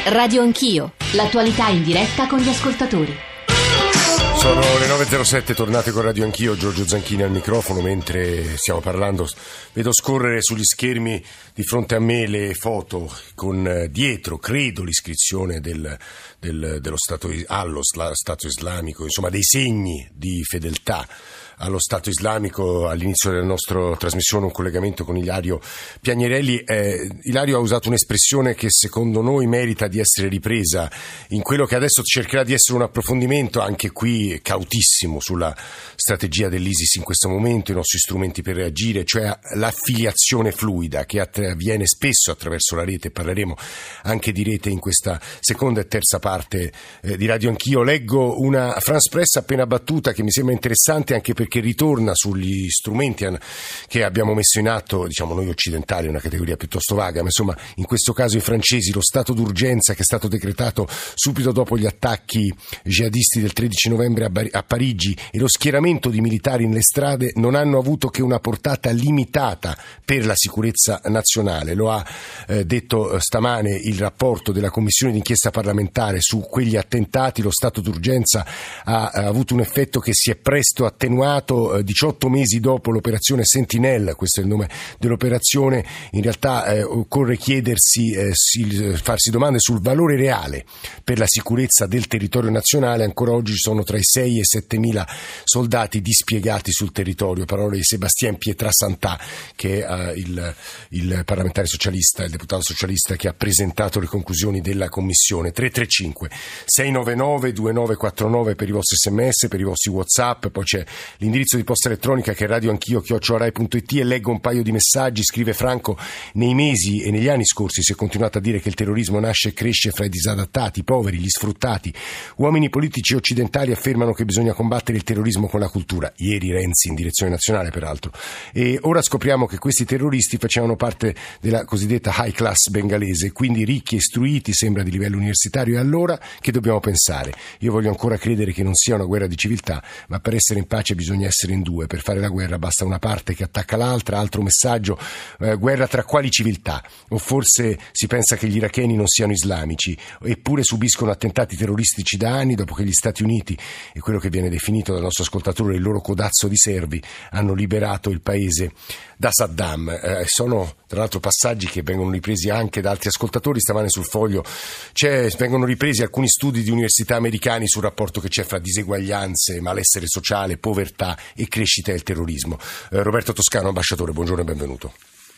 Radio Anch'io, l'attualità in diretta con gli ascoltatori. Sono le 9.07, tornate con Radio Anch'io, Giorgio Zanchini al microfono. Mentre stiamo parlando vedo scorrere sugli schermi di fronte a me le foto con dietro, credo, l'iscrizione dello Stato, allo Stato islamico, insomma dei segni di fedeltà allo Stato islamico. All'inizio della nostra trasmissione un collegamento con Ilario Piagnarelli. Ilario ha usato un'espressione che secondo noi merita di essere ripresa in quello che adesso cercherà di essere un approfondimento, anche qui cautissimo, sulla strategia dell'ISIS in questo momento, i nostri strumenti per reagire, cioè l'affiliazione fluida che avviene spesso attraverso la rete. Parleremo anche di rete in questa seconda e terza parte di Radio Anch'io. Leggo una France Press appena battuta che mi sembra interessante, anche perché ritorna sugli strumenti che abbiamo messo in atto, diciamo noi occidentali, una categoria piuttosto vaga, ma insomma in questo caso i francesi. Lo stato d'urgenza che è stato decretato subito dopo gli attacchi jihadisti del 13 novembre a Parigi e lo schieramento di militari nelle strade non hanno avuto che una portata limitata per la sicurezza nazionale. Lo ha detto stamane il rapporto della commissione d'inchiesta parlamentare su quegli attentati. Lo stato d'urgenza ha avuto un effetto che si è presto attenuato 18 mesi dopo l'operazione Sentinel. Questo è il nome dell'operazione. In realtà occorre chiedersi, farsi domande sul valore reale per la sicurezza del territorio nazionale. Ancora oggi ci sono tra i 6 e 7 mila soldati dispiegati sul territorio. Parole di Sébastien Pietrasanta, che è il parlamentare socialista, il deputato socialista che ha presentato le conclusioni della commissione. 335 699 2949 per i vostri sms, per i vostri WhatsApp. Poi c'è l'indirizzo di posta elettronica che è radioanchio@rai.it. e leggo un paio di messaggi. Scrive Franco: nei mesi e negli anni scorsi si è continuato a dire che il terrorismo nasce e cresce fra i disadattati, i poveri, gli sfruttati. Uomini politici occidentali affermano che bisogna combattere il terrorismo con la cultura. Ieri Renzi in direzione nazionale, peraltro. E ora scopriamo che questi terroristi facevano parte della cosiddetta high class bengalese, quindi ricchi e istruiti, sembra di livello universitario. E allora che dobbiamo pensare? Io voglio ancora credere che non sia una guerra di civiltà, ma per essere in pace bisogna essere in due. Per fare la guerra basta una parte che attacca l'altra. Altro messaggio: guerra tra quali civiltà? O forse si pensa che gli iracheni non siano islamici, eppure subiscono attentati terroristici da anni, dopo che gli Stati Uniti e quello che viene definito dal nostro ascoltatore il loro codazzo di servi hanno liberato il paese da Saddam. Sono tra l'altro passaggi che vengono ripresi anche da altri ascoltatori. Stamane sul Foglio vengono ripresi alcuni studi di università americani sul rapporto che c'è fra diseguaglianze, malessere sociale, povertà e crescita del terrorismo. Roberto Toscano, ambasciatore, buongiorno e benvenuto.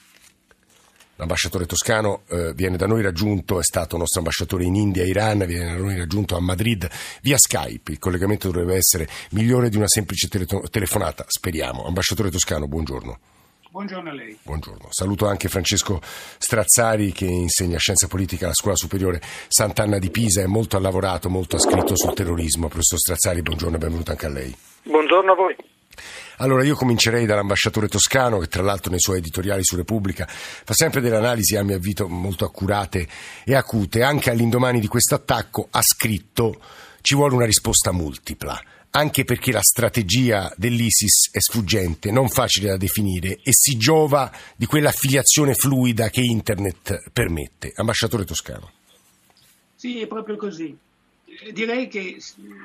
L'ambasciatore toscano viene da noi raggiunto, è stato nostro ambasciatore in India e Iran, viene da noi raggiunto a Madrid via Skype. Il collegamento dovrebbe essere migliore di una semplice telefonata, speriamo. Ambasciatore Toscano, buongiorno. Buongiorno a lei. Buongiorno. Saluto anche Francesco Strazzari, che insegna scienza politica alla Scuola Superiore Sant'Anna di Pisa e molto ha lavorato, molto ha scritto sul terrorismo. Professor Strazzari, buongiorno e benvenuto anche a lei. Buongiorno a voi. Allora io comincerei dall'ambasciatore toscano, che tra l'altro nei suoi editoriali su Repubblica fa sempre delle analisi a mio avviso molto accurate e acute. Anche all'indomani di questo attacco ha scritto: ci vuole una risposta multipla, anche perché la strategia dell'ISIS è sfuggente, non facile da definire e si giova di quella affiliazione fluida che internet permette. Ambasciatore toscano. Sì, è proprio così. Direi che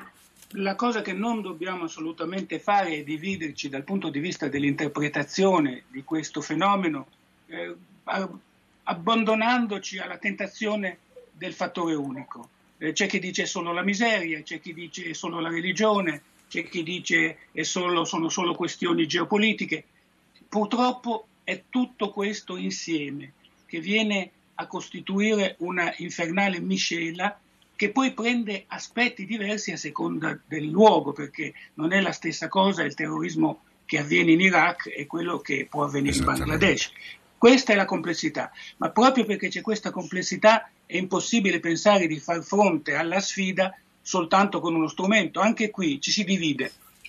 la cosa che non dobbiamo assolutamente fare è dividerci dal punto di vista dell'interpretazione di questo fenomeno, abbandonandoci alla tentazione del fattore unico. C'è chi dice solo la miseria, c'è chi dice solo la religione, c'è chi dice sono solo questioni geopolitiche. Purtroppo è tutto questo insieme che viene a costituire una infernale miscela che poi prende aspetti diversi a seconda del luogo, perché non è la stessa cosa il terrorismo che avviene in Iraq e quello che può avvenire in Bangladesh. Questa è la complessità, ma proprio perché c'è questa complessità è impossibile pensare di far fronte alla sfida soltanto con uno strumento. Anche qui ci si divide.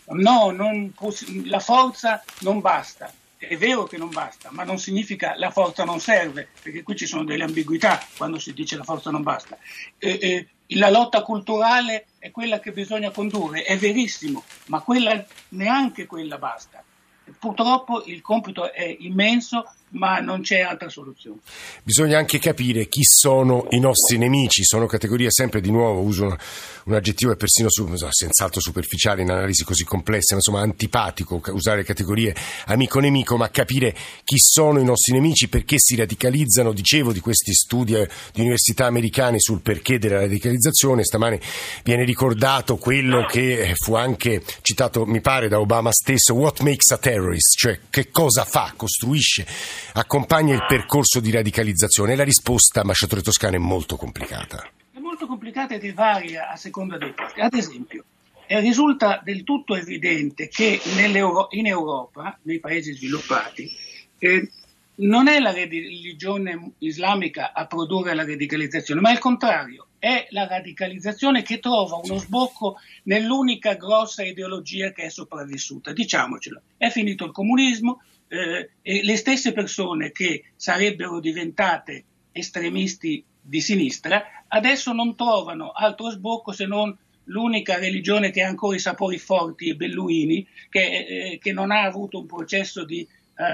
La forza non basta. È vero che non basta, ma non significa la forza non serve, perché qui ci sono delle ambiguità quando si dice la forza non basta. La lotta culturale è quella che bisogna condurre, è verissimo, ma neanche quella basta. Purtroppo il compito è immenso, ma non c'è altra soluzione. Bisogna anche capire chi sono i nostri nemici, sono categorie sempre, di nuovo uso un aggettivo che persino senz'altro superficiale in analisi così complesse, ma insomma antipatico usare categorie amico-nemico, ma capire chi sono i nostri nemici, perché si radicalizzano. Dicevo di questi studi di università americane sul perché della radicalizzazione, stamane viene ricordato quello che fu anche citato mi pare da Obama stesso, what makes a terrorist, cioè che cosa fa, costruisce, accompagna il percorso di radicalizzazione. La risposta, ambasciatore Toscano, è molto complicata. È molto complicata ed varia a seconda dei posti. Ad esempio, risulta del tutto evidente che in Europa, nei paesi sviluppati, non è la religione islamica a produrre la radicalizzazione, ma il contrario, è la radicalizzazione che trova uno sbocco nell'unica grossa ideologia che è sopravvissuta. Diciamocelo, è finito il comunismo, e le stesse persone che sarebbero diventate estremisti di sinistra adesso non trovano altro sbocco se non l'unica religione che ha ancora i sapori forti e belluini, che non ha avuto un processo di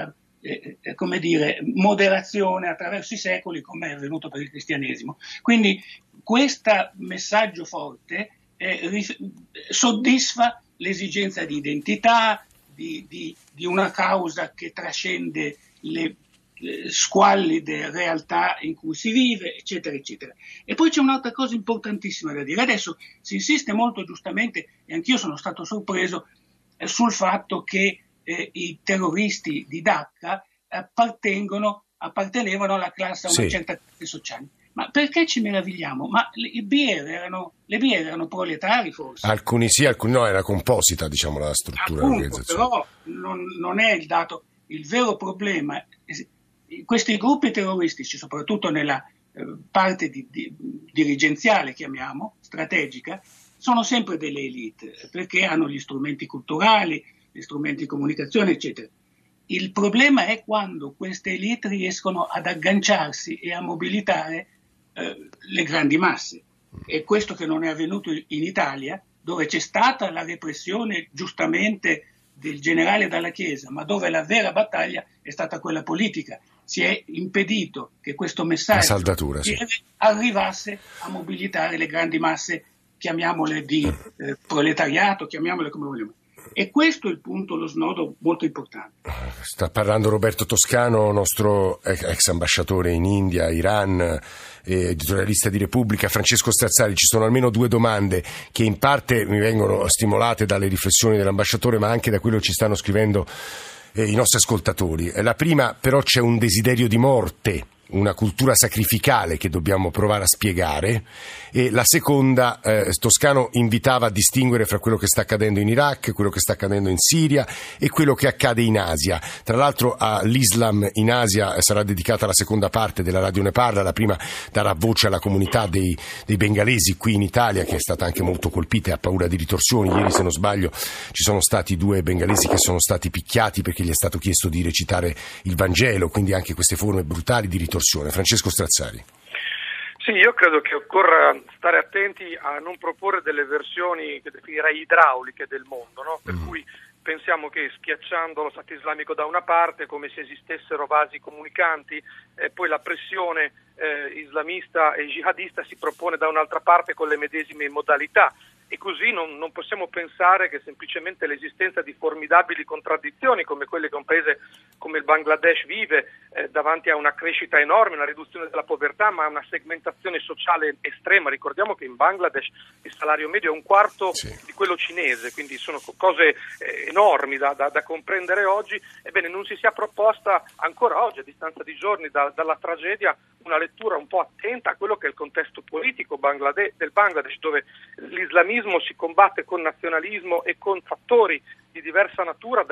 moderazione attraverso i secoli, come è avvenuto per il cristianesimo. Quindi questo messaggio forte soddisfa l'esigenza di identità, di una causa che trascende le squallide realtà in cui si vive, eccetera, eccetera. E poi c'è un'altra cosa importantissima da dire. Adesso si insiste molto giustamente, e anch'io sono stato sorpreso, sul fatto che i terroristi di Dacca appartenevano alla classe aumentata sociale. Ma perché ci meravigliamo? Ma le biere erano proletari forse? Alcuni sì, alcuni no, era composita, diciamo, la struttura dell'organizzazione. Però non è il dato. Il vero problema, questi gruppi terroristici, soprattutto nella parte dirigenziale, chiamiamo, strategica, sono sempre delle elite, perché hanno gli strumenti culturali, gli strumenti di comunicazione, eccetera. Il problema è quando queste elite riescono ad agganciarsi e a mobilitare le grandi masse. E questo che non è avvenuto in Italia, dove c'è stata la repressione giustamente del generale Dalla Chiesa, ma dove la vera battaglia è stata quella politica. Si è impedito che questo messaggio arrivasse a mobilitare le grandi masse, chiamiamole di proletariato, chiamiamole come vogliamo. E questo è il punto, lo snodo molto importante. Sta parlando Roberto Toscano, nostro ex ambasciatore in India, Iran, editorialista di Repubblica. Francesco Strazzari, ci sono almeno due domande che in parte mi vengono stimolate dalle riflessioni dell'ambasciatore, ma anche da quello che ci stanno scrivendo i nostri ascoltatori. La prima, però, c'è un desiderio di morte, una cultura sacrificale che dobbiamo provare a spiegare, e la seconda, Toscano invitava a distinguere fra quello che sta accadendo in Iraq, quello che sta accadendo in Siria e quello che accade in Asia. Tra l'altro all'Islam in Asia sarà dedicata la seconda parte della Radio Ne Parla, la prima darà voce alla comunità dei bengalesi qui in Italia, che è stata anche molto colpita e ha paura di ritorsioni. Ieri, se non sbaglio, ci sono stati 2 bengalesi che sono stati picchiati perché gli è stato chiesto di recitare il Vangelo, quindi anche queste forme brutali di ritorsione. Francesco Strazzari. Sì, io credo che occorra stare attenti a non proporre delle versioni che definirei idrauliche del mondo, no? Per cui pensiamo che schiacciando lo Stato islamico da una parte, come se esistessero vasi comunicanti, poi la pressione islamista e jihadista si propone da un'altra parte con le medesime modalità. E così non possiamo pensare che semplicemente l'esistenza di formidabili contraddizioni come quelle che un paese come il Bangladesh vive davanti a una crescita enorme, una riduzione della povertà, ma una segmentazione sociale estrema. Ricordiamo che in Bangladesh il salario medio è un quarto di quello cinese, quindi sono cose enormi da comprendere oggi. Ebbene, non si sia proposta ancora oggi, a distanza di giorni dalla tragedia, una lettura un po' attenta a quello che è il contesto politico del Bangladesh, dove l'islamismo si combatte con nazionalismo e con fattori di diversa natura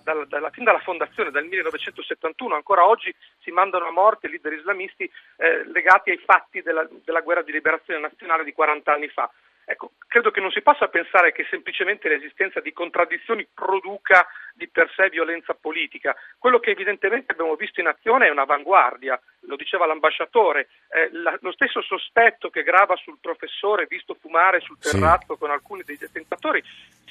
fin dalla fondazione, dal 1971. Ancora oggi si mandano a morte leader islamisti legati ai fatti della guerra di liberazione nazionale di 40 anni fa. Ecco, credo che non si possa pensare che semplicemente l'esistenza di contraddizioni produca di per sé violenza politica. Quello che evidentemente abbiamo visto in azione è un'avanguardia, lo diceva l'ambasciatore, lo stesso sospetto che grava sul professore visto fumare sul terrazzo con alcuni dei detentatori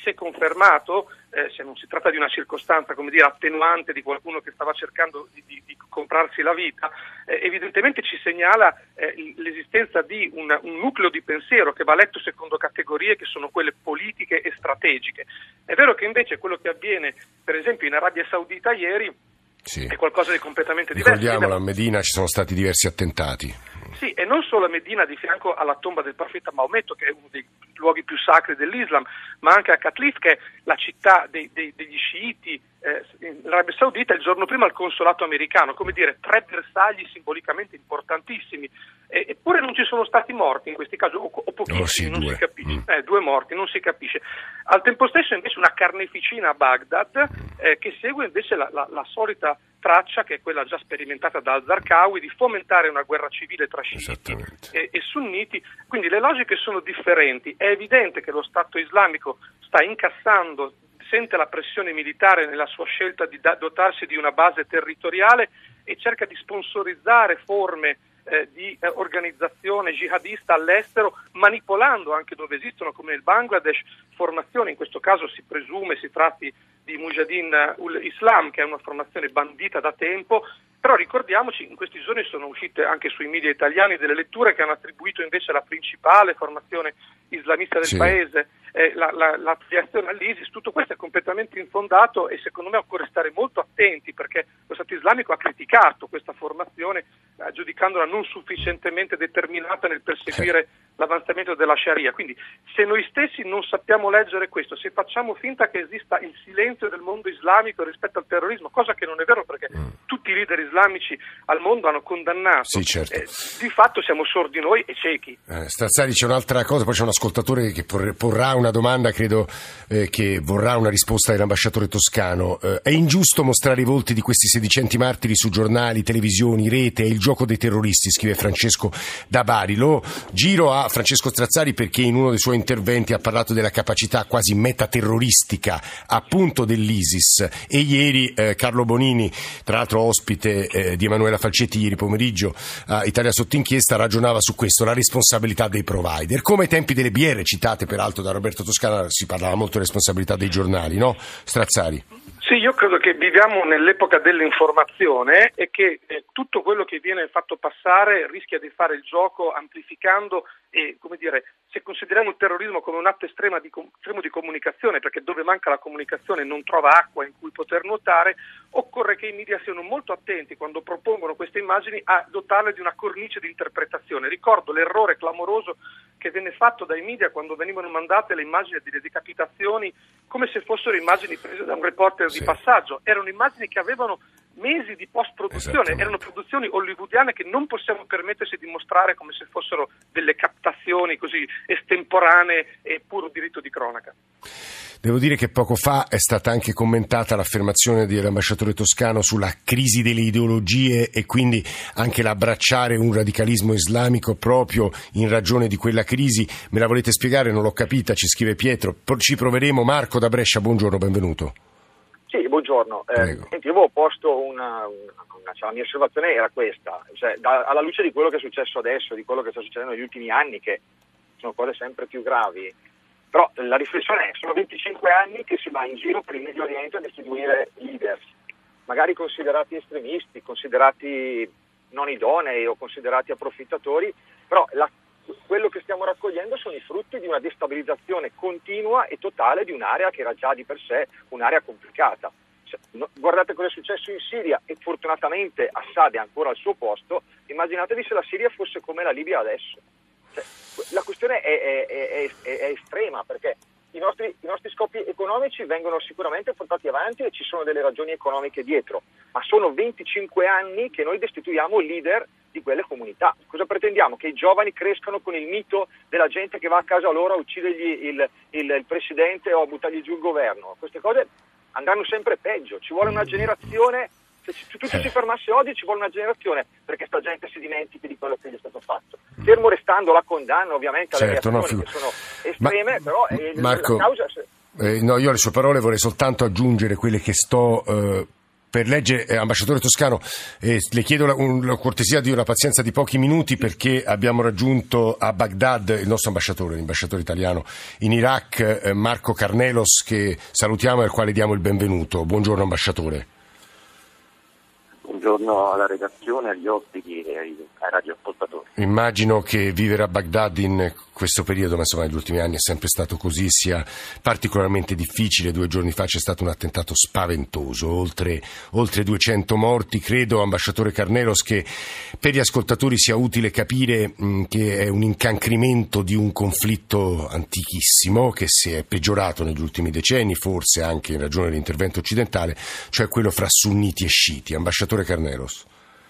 se confermato, se non si tratta di una circostanza, come dire, attenuante di qualcuno che stava cercando di comprarsi la vita, evidentemente ci segnala l'esistenza di un nucleo di pensiero che va letto secondo categorie che sono quelle politiche e strategiche. È vero che invece quello che avviene, per esempio, in Arabia Saudita ieri è qualcosa di completamente diverso. Ricordiamolo, a Medina ci sono stati diversi attentati. Sì, e non solo a Medina, di fianco alla tomba del profeta Maometto, che è uno dei luoghi più sacri dell'Islam, ma anche a Katlif, che è la città degli sciiti in Arabia Saudita, il giorno prima al consolato americano, come dire, 3 bersagli simbolicamente importantissimi, eppure non ci sono stati morti in questi casi, o pochissimi, non si capisce. 2 morti, non si capisce. Al tempo stesso invece una carneficina a Baghdad che segue invece la solita traccia, che è quella già sperimentata da al-Zarqawi, di fomentare una guerra civile tra sciiti e sunniti. Quindi le logiche sono differenti. È evidente che lo Stato islamico sta incassando, sente la pressione militare nella sua scelta di dotarsi di una base territoriale e cerca di sponsorizzare forme di organizzazione jihadista all'estero, manipolando anche dove esistono, come il Bangladesh, formazioni, in questo caso si presume si tratti di Mujahideen ul-Islam, che è una formazione bandita da tempo. Però ricordiamoci, in questi giorni sono uscite anche sui media italiani delle letture che hanno attribuito invece la principale formazione islamista del paese, l'affiliazione all'ISIS. Tutto questo è completamente infondato e secondo me occorre stare molto attenti, perché lo Stato islamico ha criticato questa formazione giudicandola non sufficientemente determinata nel perseguire l'avanzamento della Sharia. Quindi se noi stessi non sappiamo leggere questo, se facciamo finta che esista il silenzio del mondo islamico rispetto al terrorismo, cosa che non è vero perché tutti i leader islamici al mondo hanno condannato, di fatto siamo sordi noi e ciechi. Strazzari, c'è un'altra cosa, poi c'è un ascoltatore che porrà una domanda, credo che vorrà una risposta dell'ambasciatore toscano. È ingiusto mostrare i volti di questi sedicenti martiri su giornali, televisioni, rete? È il gioco dei terroristi, scrive Francesco da Bari. Lo giro a Francesco Strazzari perché in uno dei suoi interventi ha parlato della capacità quasi metaterroristica appunto dell'ISIS, e ieri Carlo Bonini, tra l'altro ospite di Emanuela Falcetti ieri pomeriggio a Italia Sotto Inchiesta, ragionava su questo, la responsabilità dei provider. Come ai tempi delle BR, citate peraltro da Roberto Toscana, si parlava molto di responsabilità dei giornali, no? Strazzari. Sì, io credo che viviamo nell'epoca dell'informazione e che tutto quello che viene fatto passare rischia di fare il gioco amplificando e, come dire, se consideriamo il terrorismo come un atto estremo di comunicazione, perché dove manca la comunicazione non trova acqua in cui poter nuotare, occorre che i media siano molto attenti quando propongono queste immagini a dotarle di una cornice di interpretazione. Ricordo l'errore clamoroso che venne fatto dai media quando venivano mandate le immagini delle decapitazioni come se fossero immagini prese da un reporter di passaggio. Erano immagini che avevano mesi di post-produzione, erano produzioni hollywoodiane che non possiamo permettersi di mostrare come se fossero delle captazioni così estemporanee e puro diritto di cronaca. Devo dire che poco fa è stata anche commentata l'affermazione dell'ambasciatore toscano sulla crisi delle ideologie e quindi anche l'abbracciare un radicalismo islamico proprio in ragione di quella crisi. Me la volete spiegare? Non l'ho capita, ci scrive Pietro. Ci proveremo. Marco da Brescia, buongiorno, benvenuto. Sì, buongiorno. Senti, io avevo posto la mia osservazione era questa, cioè, alla luce di quello che è successo adesso, di quello che sta succedendo negli ultimi anni, che sono cose sempre più gravi, però la riflessione è, sono 25 anni che si va in giro per il Medio Oriente a distribuire leader, magari considerati estremisti, considerati non idonei o considerati approfittatori, però quello che stiamo raccogliendo sono i frutti di una destabilizzazione continua e totale di un'area che era già di per sé un'area complicata. Guardate cosa è successo in Siria e fortunatamente Assad è ancora al suo posto. Immaginatevi se la Siria fosse come la Libia adesso. La questione è estrema, perché i nostri scopi economici vengono sicuramente portati avanti e ci sono delle ragioni economiche dietro, ma sono 25 anni che noi destituiamo il leader di quelle comunità. Cosa pretendiamo? Che i giovani crescano con il mito della gente che va a casa loro a uccidergli il presidente o a buttargli giù il governo? Queste cose andranno sempre peggio, ci vuole una generazione. Se tutto si fermasse oggi ci vuole una generazione perché sta gente si dimentichi di quello che gli è stato fatto. Fermo restando la condanna ovviamente alle reazioni che sono estreme, però Marco, la causa... io alle sue parole vorrei soltanto aggiungere quelle che sto per legge, ambasciatore Toscano, le chiedo la cortesia di una pazienza di pochi minuti perché abbiamo raggiunto a Baghdad il nostro ambasciatore, l'ambasciatore italiano in Iraq, Marco Carnelos, che salutiamo e al quale diamo il benvenuto. Buongiorno ambasciatore. Buongiorno alla redazione, agli ospiti e ai radioascoltatori. Immagino che vivere a Baghdad in questo periodo, ma insomma negli ultimi anni è sempre stato così, sia particolarmente difficile. 2 giorni fa c'è stato un attentato spaventoso, oltre 200 morti. Credo, ambasciatore Carnelos, che per gli ascoltatori sia utile capire che è un incancrimento di un conflitto antichissimo che si è peggiorato negli ultimi decenni, forse anche in ragione dell'intervento occidentale, cioè quello fra sunniti e sciiti. Ambasciatore Carnelos.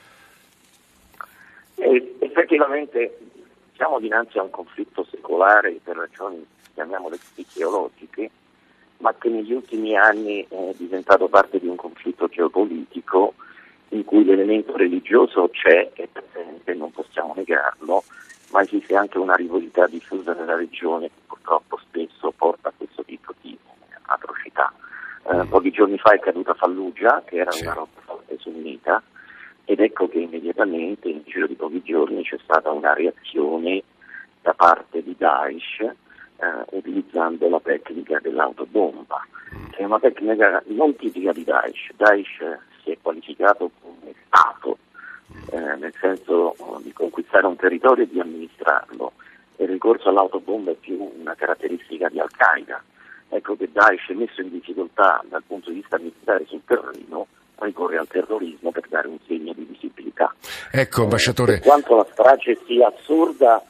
Effettivamente siamo dinanzi a un conflitto secolare per ragioni, chiamiamole ideologiche, ma che negli ultimi anni è diventato parte di un conflitto geopolitico in cui l'elemento religioso c'è, è presente, non possiamo negarlo, ma esiste anche una rivalità diffusa nella regione che purtroppo spesso porta a questo tipo di atrocità. Pochi giorni fa è caduta Fallujah, che era una roccaforte sunnita, ed ecco che immediatamente, in giro di pochi giorni, c'è stata una reazione da parte di Daesh utilizzando la tecnica dell'autobomba, che è una tecnica non tipica di Daesh. Daesh si è qualificato come Stato, nel senso di conquistare un territorio e di amministrarlo. Il ricorso all'autobomba è più una caratteristica di Al-Qaeda. Ecco che Daesh è messo in difficoltà dal punto di vista militare sul terreno, ricorre al terrorismo per dare un segno di visibilità. Ecco, ambasciatore. Per quanto la strage sia assurda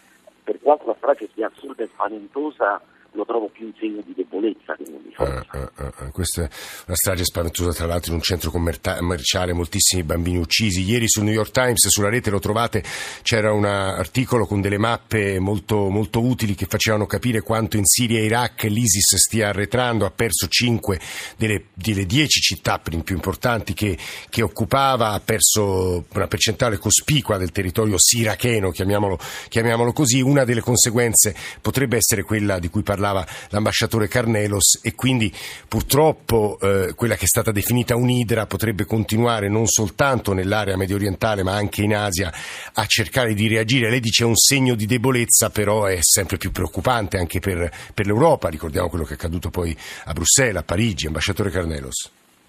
e spaventosa, lo trovo più un segno di debolezza che non di forza. Questa è una strage spaventosa, tra l'altro in un centro commerciale, moltissimi bambini uccisi. Ieri sul New York Times, sulla rete lo trovate, c'era un articolo con delle mappe molto, molto utili che facevano capire quanto in Siria e Iraq l'ISIS stia arretrando. Ha perso 5 delle 10 città più importanti che occupava, ha perso una percentuale cospicua del territorio siracheno, chiamiamolo così. Una delle conseguenze potrebbe essere quella di cui parlava l'ambasciatore Carnelos, e quindi purtroppo quella che è stata definita un'idra potrebbe continuare non soltanto nell'area medio orientale ma anche in Asia a cercare di reagire. Lei dice un segno di debolezza, però è sempre più preoccupante anche per l'Europa. Ricordiamo quello che è accaduto poi a Bruxelles, a Parigi. Ambasciatore Carnelos.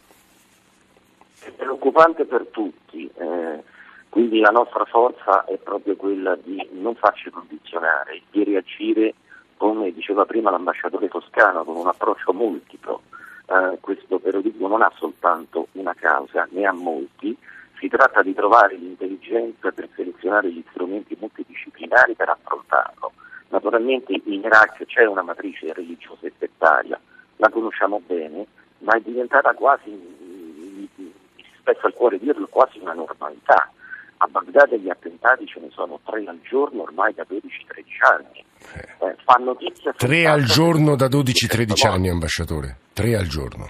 È preoccupante per tutti, quindi la nostra forza è proprio quella di non farci condizionare, di reagire, come diceva prima l'ambasciatore Toscano, con un approccio multiplo. Questo terrorismo non ha soltanto una causa, ne ha molti. Si tratta di trovare l'intelligenza per selezionare gli strumenti multidisciplinari per affrontarlo. Naturalmente in Iraq c'è una matrice religiosa e settaria, la conosciamo bene, ma è diventata quasi, mi spezza il cuore dirlo, quasi una normalità. A Baghdad gli attentati ce ne sono 3 al giorno ormai da 12-13 anni. Fa notizia 3 al giorno da 12-13 anni, ambasciatore. 3 al giorno.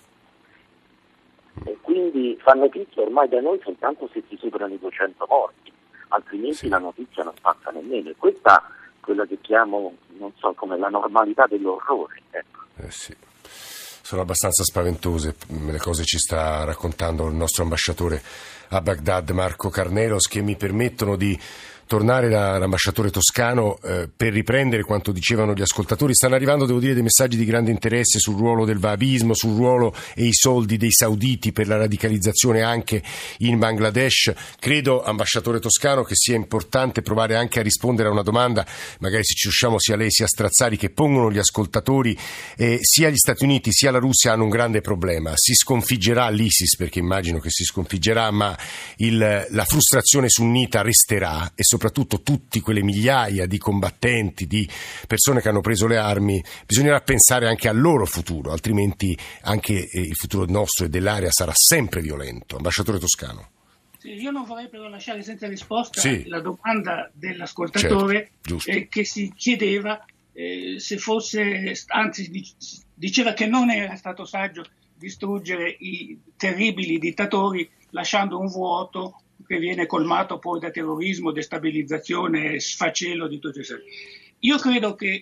E quindi fa notizia ormai da noi soltanto se si superano i 200 morti, altrimenti la notizia non passa nemmeno. E questa è quella che chiamo, non so, come la normalità dell'orrore. Ecco. Sì. Sono abbastanza spaventose le cose ci sta raccontando il nostro ambasciatore a Baghdad, Marco Carnelos, che mi permettono di tornare dall'ambasciatore Toscano per riprendere quanto dicevano gli ascoltatori. Stanno arrivando, devo dire, dei messaggi di grande interesse sul ruolo del wahabismo, sul ruolo e i soldi dei sauditi per la radicalizzazione anche in Bangladesh. Credo, ambasciatore Toscano, che sia importante provare anche a rispondere a una domanda, magari se ci riusciamo sia lei sia Strazzari, che pongono gli ascoltatori. Sia gli Stati Uniti sia la Russia hanno un grande problema: si sconfiggerà l'ISIS, perché immagino che si sconfiggerà, ma la frustrazione sunnita resterà, e soprattutto tutti quelle migliaia di combattenti, di persone che hanno preso le armi, bisognerà pensare anche al loro futuro, altrimenti anche il futuro nostro e dell'area sarà sempre violento. Ambasciatore Toscano. Sì, io non vorrei però lasciare senza risposta la domanda dell'ascoltatore, che si chiedeva se fosse, anzi diceva che non era stato saggio distruggere i terribili dittatori lasciando un vuoto che viene colmato poi da terrorismo, destabilizzazione, sfacelo di tutto ciò. Io credo che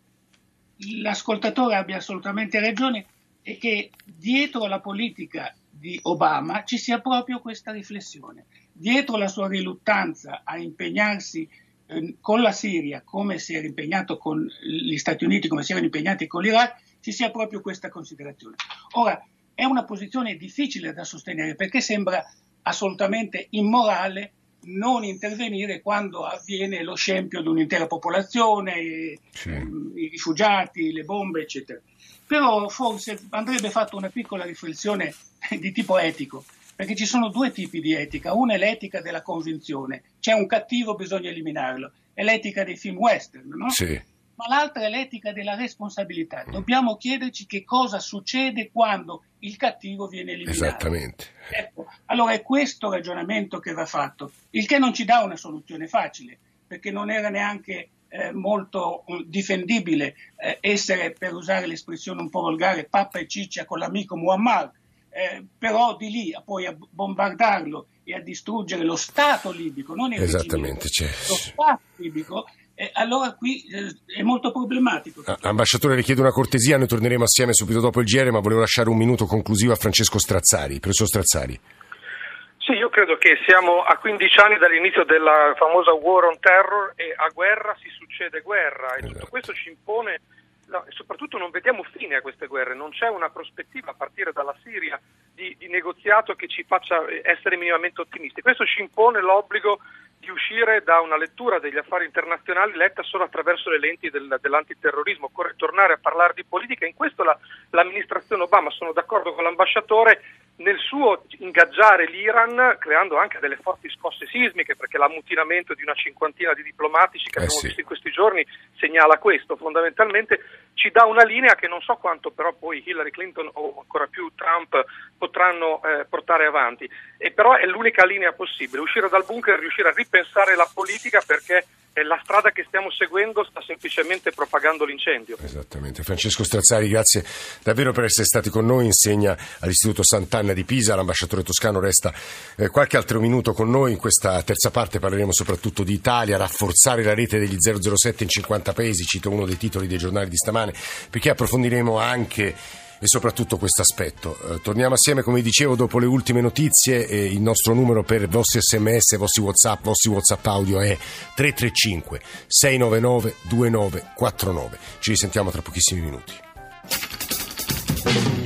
l'ascoltatore abbia assolutamente ragione e che dietro la politica di Obama ci sia proprio questa riflessione. Dietro la sua riluttanza a impegnarsi con la Siria, come si era impegnato con gli Stati Uniti, come si erano impegnati con l'Iraq, ci sia proprio questa considerazione. Ora, è una posizione difficile da sostenere perché sembra assolutamente immorale non intervenire quando avviene lo scempio di un'intera popolazione, i rifugiati, le bombe, eccetera. Però forse andrebbe fatta una piccola riflessione di tipo etico, perché ci sono due tipi di etica. Una è l'etica della convinzione, c'è un cattivo, bisogna eliminarlo, è l'etica dei film western, no? Sì. Ma l'altra è l'etica della responsabilità. Dobbiamo chiederci che cosa succede quando il cattivo viene eliminato. Esattamente. Ecco, allora è questo ragionamento che va fatto, il che non ci dà una soluzione facile, perché non era neanche molto difendibile essere, per usare l'espressione un po' volgare, pappa e ciccia con l'amico Muammar, però di lì a poi a bombardarlo e a distruggere lo Stato libico, non il regime, lo Stato libico, allora qui è molto problematico. Ambasciatore, le chiedo una cortesia, noi torneremo assieme subito dopo il GR, ma volevo lasciare un minuto conclusivo a Francesco Strazzari. Professor Strazzari. Sì, io credo che siamo a 15 anni dall'inizio della famosa War on Terror e a guerra si succede guerra e tutto questo ci impone, e soprattutto non vediamo fine a queste guerre, non c'è una prospettiva a partire dalla Siria di negoziato che ci faccia essere minimamente ottimisti. Questo ci impone l'obbligo di uscire da una lettura degli affari internazionali letta solo attraverso le lenti dell'antiterrorismo. Occorre tornare a parlare di politica. In questo l'amministrazione Obama, sono d'accordo con l'ambasciatore, nel suo ingaggiare l'Iran, creando anche delle forti scosse sismiche, perché l'ammutinamento di una cinquantina di diplomatici che abbiamo visto in questi giorni segnala questo. Fondamentalmente ci dà una linea che non so quanto però poi Hillary Clinton o ancora più Trump potranno portare avanti, e però è l'unica linea possibile, uscire dal bunker e riuscire a ripensare la politica, perché la strada che stiamo seguendo sta semplicemente propagando l'incendio. Esattamente. Francesco Strazzari, grazie davvero per essere stati con noi, insegna all'Istituto Sant'Anna di Pisa, l'ambasciatore toscano resta qualche altro minuto con noi. In questa terza parte parleremo soprattutto di Italia, rafforzare la rete degli 007 in 50 paesi, cito uno dei titoli dei giornali di stamane, perché approfondiremo anche e soprattutto questo aspetto. Torniamo assieme, come dicevo, dopo le ultime notizie. Il nostro numero per vostri sms, vostri whatsapp audio è 335 699 2949. Ci risentiamo tra pochissimi minuti.